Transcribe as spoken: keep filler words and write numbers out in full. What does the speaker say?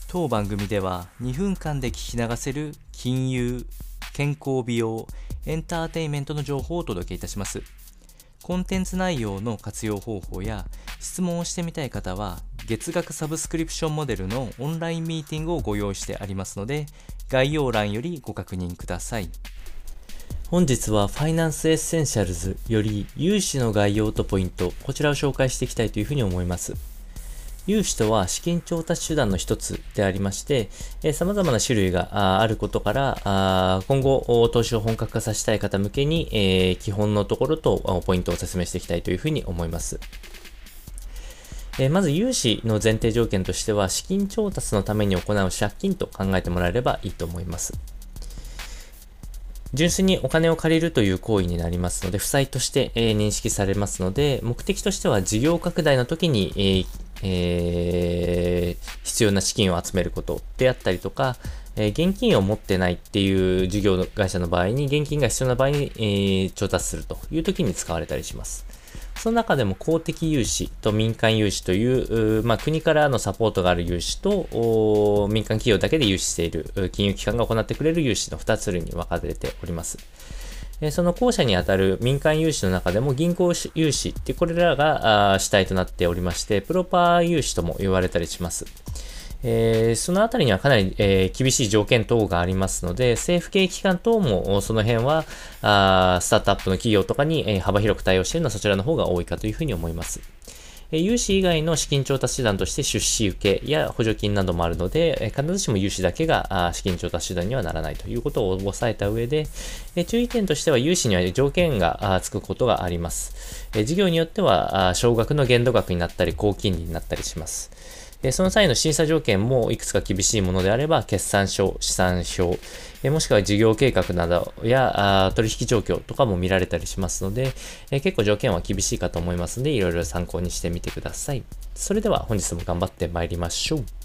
当番組ではにふんかんで聞き流せる金融、健康美容、エンターテインメントの情報をお届けいたします。コンテンツ内容の活用方法や質問をしてみたい方は月額サブスクリプションモデルのオンラインミーティングをご用意してありますので、概要欄よりご確認ください。本日はファイナンスエッセンシャルズより融資の概要とポイント、こちらを紹介していきたいというふうに思います。融資とは資金調達手段の一つでありまして、えー、様々な種類があることから、あ今後投資を本格化させたい方向けに、えー、基本のところとポイントを説明していきたいというふうに思います。えー、まず融資の前提条件としては、資金調達のために行う借金と考えてもらえればいいと思います。純粋にお金を借りるという行為になりますので、負債として、えー、認識されますので、目的としては事業拡大の時に、えーえー、必要な資金を集めることであったりとか、えー、現金を持ってないっていう事業会社の場合に、現金が必要な場合に、えー、調達するという時に使われたりします。その中でも公的融資と民間融資という、まあ、国からのサポートがある融資と民間企業だけで融資している金融機関が行ってくれる融資のふたつ類に分かれております。その後者にあたる民間融資の中でも銀行融資ってこれらが主体となっておりまして、プロパー融資とも言われたりします。えー、そのあたりにはかなり、えー、厳しい条件等がありますので、政府系機関等もその辺はあスタートアップの企業とかに、えー、幅広く対応しているのはそちらの方が多いかというふうに思います。えー、融資以外の資金調達手段として出資受けや補助金などもあるので、えー、必ずしも融資だけがあ資金調達手段にはならないということを押さえた上で、えー、注意点としては融資には条件があつくことがあります。えー、事業によってはあ少額の限度額になったり高金利になったりします。その際の審査条件もいくつか厳しいものであれば、決算書、試算書、もしくは事業計画などや取引状況とかも見られたりしますので、結構条件は厳しいかと思いますので、いろいろ参考にしてみてください。それでは本日も頑張って参りましょう。